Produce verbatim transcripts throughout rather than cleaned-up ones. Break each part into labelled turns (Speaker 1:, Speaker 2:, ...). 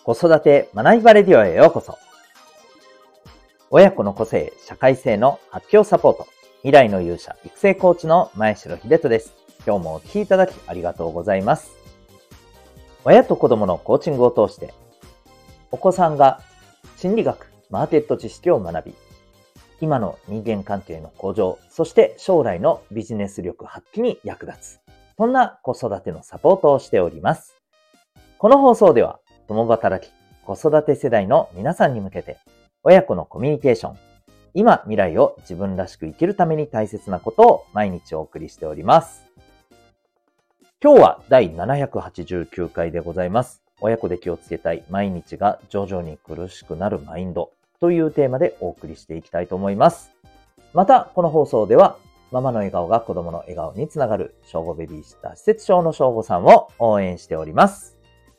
Speaker 1: 子育て学びバレディオへようこそ。親子の個性、社会性の発揮をサポート。未来の勇者、育成コーチの前城秀人です。今日もお聞きいただきありがとうございます。親と子供のコーチングを通して、お子さんが心理学、マーケット知識を学び、今の人間関係の向上、そして将来のビジネス力発揮に役立つ。そんな子育てのサポートをしております。この放送では、共働き、子育て世代の皆さんに向けて、親子のコミュニケーション、今未来を自分らしく生きるために大切なことを毎日お送りしております。今日はだいななひゃくはちじゅうきゅうかいでございます。親子で気をつけたい毎日が徐々に苦しくなるマインドというテーマでお送りしていきたいと思います。また、この放送では、ママの笑顔が子供の笑顔につながる小5ベビーシッター施設長の小5さんを応援しております。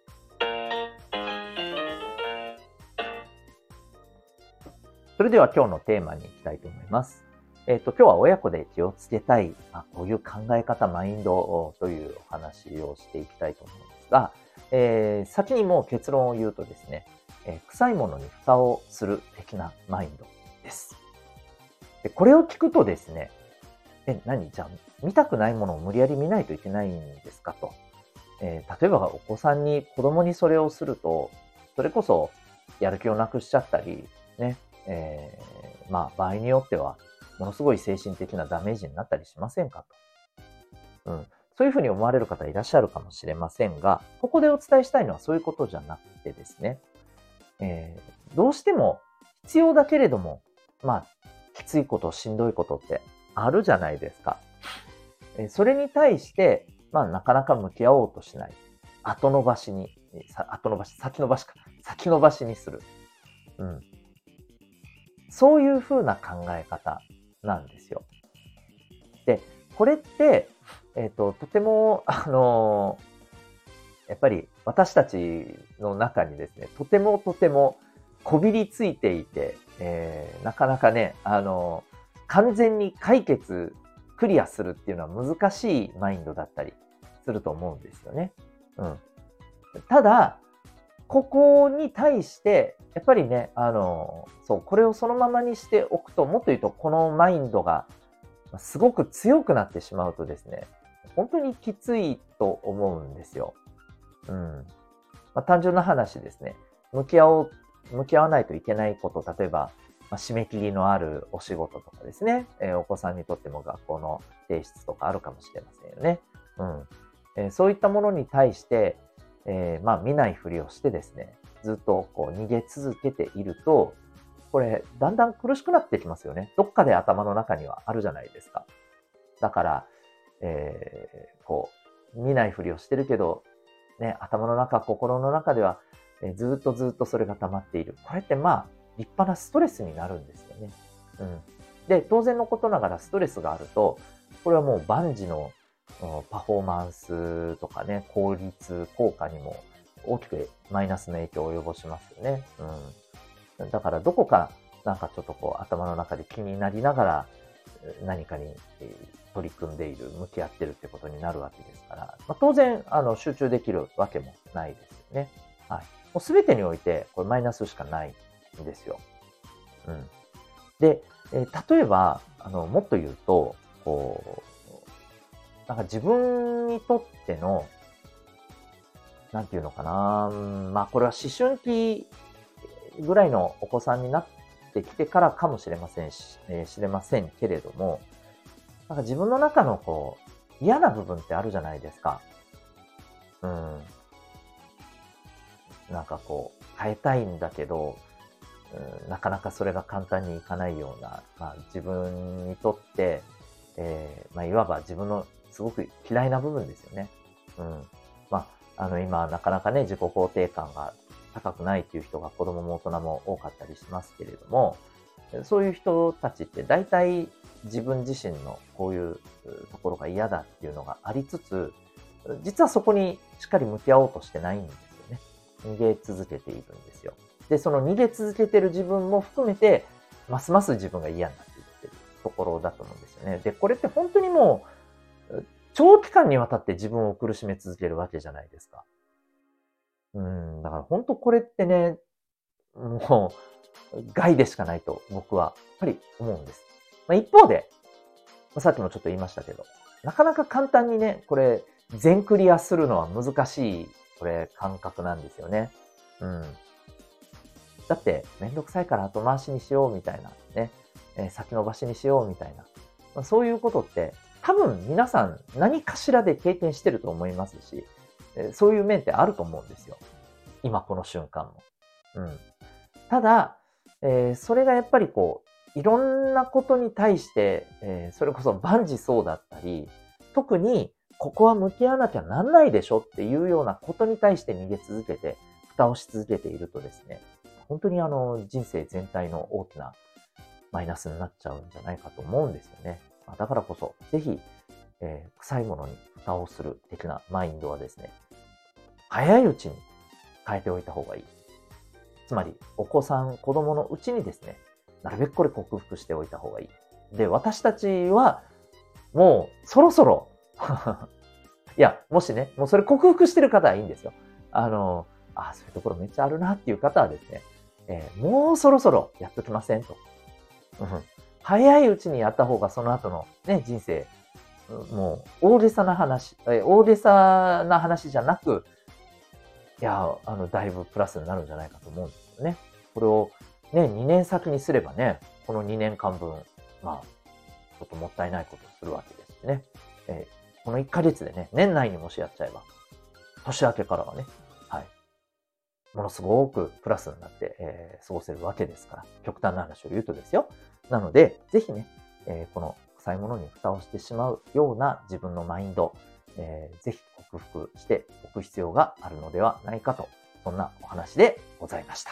Speaker 1: それでは今日のテーマに行きたいと思います。えっと、今日は親子で気をつけたい、あ、こういう考え方、マインドというお話をしていきたいと思うんですが、えー、先にもう結論を言うとですね、えー、臭いものに蓋をする的なマインドです。で、これを聞くとですね、え、何じゃあ見たくないものを無理やり見ないといけないんですかと。えー、例えばお子さんに、子供にそれをすると、それこそやる気をなくしちゃったり、ね、えー、まあ場合によってはものすごい精神的なダメージになったりしませんかと。うん。そういうふうに思われる方いらっしゃるかもしれませんが、ここでお伝えしたいのはそういうことじゃなくてですね、えー、どうしても必要だけれども、まあ、きついこと、しんどいことってあるじゃないですか。えー、それに対して、まあ、なかなか向き合おうとしない。後延ばしに、後延ばし、先延ばしか、先延ばしにする。うん。そういう風な考え方なんですよ。で、これって、えっと、とても、あの、やっぱり私たちの中にですね、とてもとてもこびりついていて、えー、なかなかね、あの、完全に解決、クリアするっていうのは難しいマインドだったりすると思うんですよね。うん。ただ、ここに対して、やっぱりね、あの、そう、これをそのままにしておくと、もっと言うと、このマインドがすごく強くなってしまうとですね、本当にきついと思うんですよ。うん。まあ、単純な話ですね。向き合おう、向き合わないといけないこと、例えば、まあ、締め切りのあるお仕事とかですね、えー、お子さんにとっても学校の提出とかあるかもしれませんよね。うん。えー、そういったものに対して、えー、まあ見ないふりをしてですね、ずっとこう逃げ続けていると、これだんだん苦しくなってきますよね。どっかで頭の中にはあるじゃないですか。だから、えー、こう、見ないふりをしてるけど、ね、頭の中、心の中では、えー、ずっとずっとそれが溜まっている。これってまあ、立派なストレスになるんですよね。うん。で、当然のことながらストレスがあると、これはもう万事のパフォーマンスとかね、効率、効果にも大きくマイナスの影響を及ぼしますよね。うん。だからどこかなんかちょっとこう頭の中で気になりながら何かに取り組んでいる、向き合ってるってことになるわけですから、まあ、当然あの集中できるわけもないですよね。はい。もうすべてにおいてこれマイナスしかないんですよ。うん。で、えー、例えばあのもっと言うと、こうなんか自分にとっての、なんていうのかな、まあこれは思春期ぐらいのお子さんになってきてからかもしれませんし、えー、知れませんけれども、なんか自分の中のこう、嫌な部分ってあるじゃないですか。うん。なんかこう、変えたいんだけど、うん、なかなかそれが簡単にいかないような、まあ自分にとって、えー、まあいわば自分のすごく嫌いな部分ですよね。うん。まあ、あの今なかなかね、自己肯定感が高くないっていう人が子供も大人も多かったりしますけれども、そういう人たちって大体自分自身のこういうところが嫌だっていうのがありつつ、実はそこにしっかり向き合おうとしてないんですよね。逃げ続けているんですよ。で、その逃げ続けてる自分も含めて、ますます自分が嫌になっていってるところだと思うんですよね。で、これって本当にもう、長期間にわたって自分を苦しめ続けるわけじゃないですか。 うん、だから本当これってね、もう害でしかないと僕はやっぱり思うんです。まあ、一方で、まあさっきもちょっと言いましたけど、なかなか簡単にね、これ全クリアするのは難しい、これ感覚なんですよね。うん。だって、めんどくさいから後回しにしようみたいなね、えー先延ばしにしようみたいな、まあ、そういうことって、多分皆さん何かしらで経験してると思いますし、えーそういう面ってあると思うんですよ。今この瞬間も。うん。ただ、えーそれがやっぱりこう、いろんなことに対して、えーそれこそ万事そうだったり、特にここは向き合わなきゃなんないでしょっていうようなことに対して逃げ続けて、蓋をし続けているとですね、本当にあの人生全体の大きなマイナスになっちゃうんじゃないかと思うんですよね。まあだからこそ、ぜひ、えー臭いものに蓋をする的なマインドはですね、早いうちに変えておいた方がいい。つまり、お子さん、子供のうちにですね、なるべくこれ克服しておいた方がいい。で、私たちは、もう、そろそろいや、もしね、もうそれ克服してる方はいいんですよ。あの、あ、そういうところめっちゃあるなっていう方はですね、えーもうそろそろやっときませんと。うん、早いうちにやった方がその後のね、人生、うんもう大げさな話、えー大げさな話じゃなく、いや、あの、だいぶプラスになるんじゃないかと思うんですよね。これをね、にねん先にすればね、このにねんかんぶん、まあ、ちょっともったいないことをするわけですしね。えーこのいっかげつでね、年内にもしやっちゃえば、年明けからはね、はい、ものすごくプラスになって、えー過ごせるわけですから、極端な話を言うとですよ。なので、ぜひね、えーこの臭いものに蓋をしてしまうような自分のマインド、えーぜひ克服しておく必要があるのではないかと、そんなお話でございました。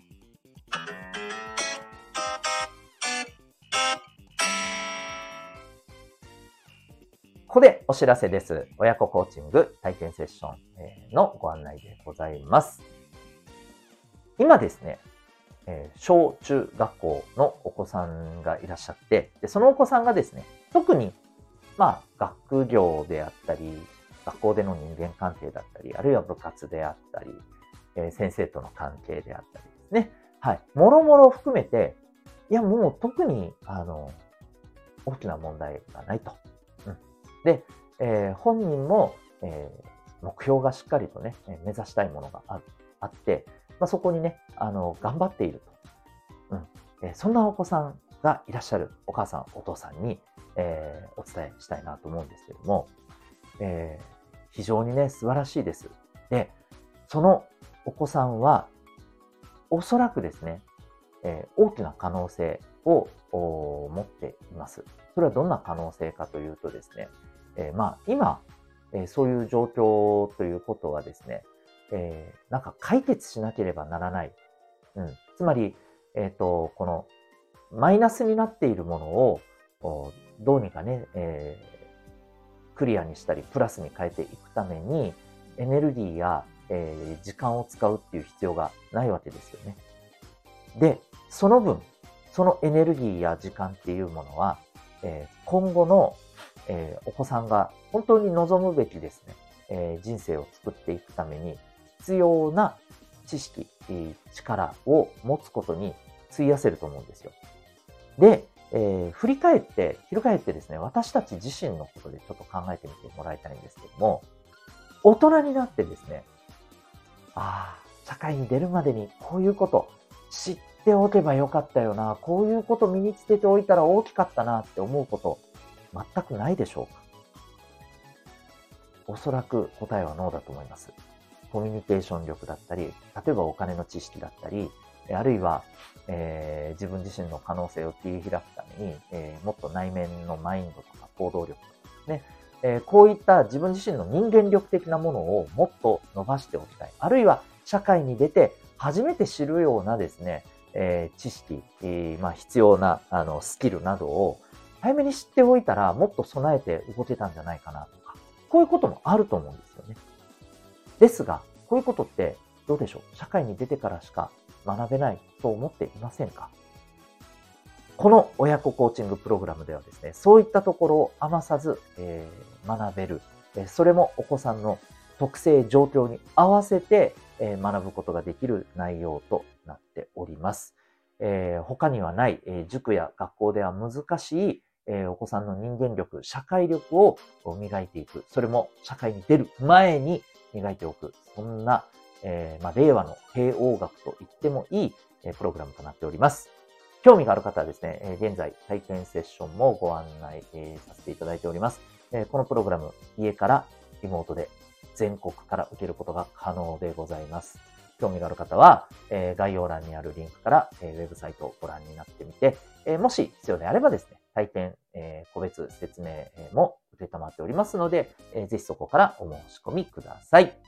Speaker 1: ここでお知らせです。親子コーチング体験セッションえーのご案内でございます。今ですね、えー小中学校のお子さんがいらっしゃって、でそのお子さんがですね、特に、まあ、学業であったり、学校での人間関係だったり、あるいは部活であったり、えー先生との関係であったりですね。はい。もろもろ含めて、いや、もう特に、あの、大きな問題がないと。うん、で、えー本人も、えー目標がしっかりとね、えー目指したいものがああって、まあ、そこにね、あの、頑張っていると。うんえーそんなお子さんがいらっしゃるお母さん、お父さんに、えーお伝えしたいなと思うんですけども、えー非常にね、素晴らしいです。で、そのお子さんは、おそらくですね、えー大きな可能性をお持っています。それはどんな可能性かというとですね、えーまあ、今、えーそういう状況ということはですね、えーなんか解決しなければならない。うん、つまり、えっ、と、このマイナスになっているものをおどうにかね、えークリアにしたり、プラスに変えていくために、エネルギーや、えー時間を使うっていう必要がないわけですよね。で、その分、そのエネルギーや時間っていうものは、えー今後の、えーお子さんが本当に望むべきですね、えー人生を作っていくために必要な知識、えー力を持つことに費やせると思うんですよ。で、えー振り返って、翻ってですね、私たち自身のことでちょっと考えてみてもらいたいんですけども、大人になってですね、ああ、社会に出るまでにこういうこと知っておけばよかったよな、こういうこと身につけておいたら大きかったなって思うこと、全くないでしょうか？おそらく答えはノーだと思います。コミュニケーション力だったり、例えばお金の知識だったり、あるいは、えー自分自身の可能性を切り開くために、えーもっと内面のマインドとか行動力とかですね、えーこういった自分自身の人間力的なものをもっと伸ばしておきたい。あるいは社会に出て初めて知るようなですね、えー知識、えーまあ、必要なあのスキルなどを早めに知っておいたらもっと備えて動けたんじゃないかなとか、こういうこともあると思うんですよね。ですが、こういうことってどうでしょう？社会に出てからしか学べないと思っていませんか？この親子コーチングプログラムではですね、そういったところを余さず、えー学べる、えーそれもお子さんの特性、状況に合わせて、 えー、学ぶことができる内容となっております。えー、他にはない、えー、塾や学校では難しい、えー、お子さんの人間力、社会力を磨いていく。それも社会に出る前に磨いておく。そんな、えーまあ、令和の帝王学と言ってもいい、えー、プログラムとなっております。興味がある方はですね、えー、現在体験セッションもご案内、えー、させていただいております。えー、このプログラム、家からリモートで全国から受けることが可能でございます。興味がある方は、えー、概要欄にあるリンクから、えー、ウェブサイトをご覧になってみて、えー、もし必要であればですね、体験、えー、個別説明も受けたまっておりますので、えー、ぜひそこからお申し込みください。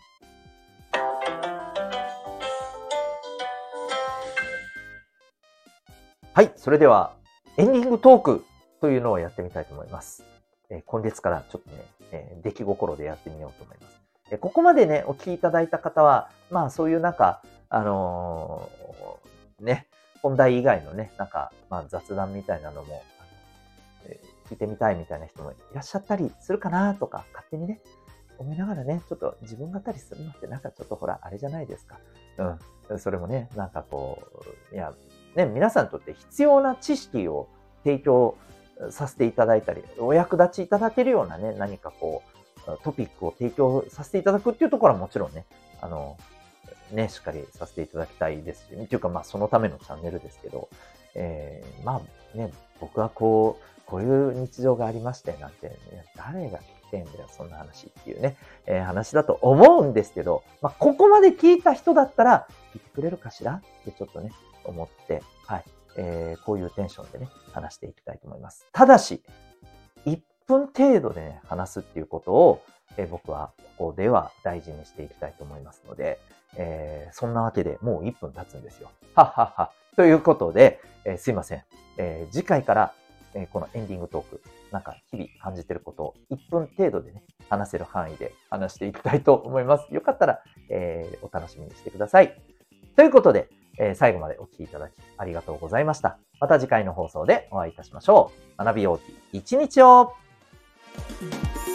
Speaker 1: はい、それではエンディングトークというのをやってみたいと思います。えー、今月からちょっとね、えー、出来心でやってみようと思います。えー、ここまでね、お聞きいただいた方は、まあそういうなんか、あのー、ね、本題以外のね、なんか、まあ雑談みたいなのも、えー、聞いてみたいみたいな人もいらっしゃったりするかなとか、勝手にね、思いながらね、ちょっと自分語りするのってなんかちょっとほら、あれじゃないですか。うん。それもね、なんかこう、いや、ね、皆さんにとって必要な知識を提供させていただいたり、お役立ちいただけるようなね、何かこう、トピックを提供させていただくっていうところはもちろんね、あの、ね、しっかりさせていただきたいですし、っていうかまあそのためのチャンネルですけど、えー、まあね、僕はこう、こういう日常がありまして、なんて、ね、誰が聞きてんだよ、そんな話っていうね、えー、話だと思うんですけど、まあここまで聞いた人だったら、聞いてくれるかしらってちょっとね、思って、はい、えー、こういうテンションでね、話していきたいと思います。ただし、いっぷん程度でね、話すっていうことを、えー、僕はここでは大事にしていきたいと思いますので、えー、そんなわけでもういっぷん経つんですよ。はっはっは。ということで、えー、すいません。えー、次回から、えー、このエンディングトーク、なんか日々感じてることをいっぷん程度でね、話せる範囲で話していきたいと思います。よかったら、えー、お楽しみにしてください。ということで、えー、最後までお聞きいただきありがとうございました。また次回の放送でお会いいたしましょう。学びようき一日を。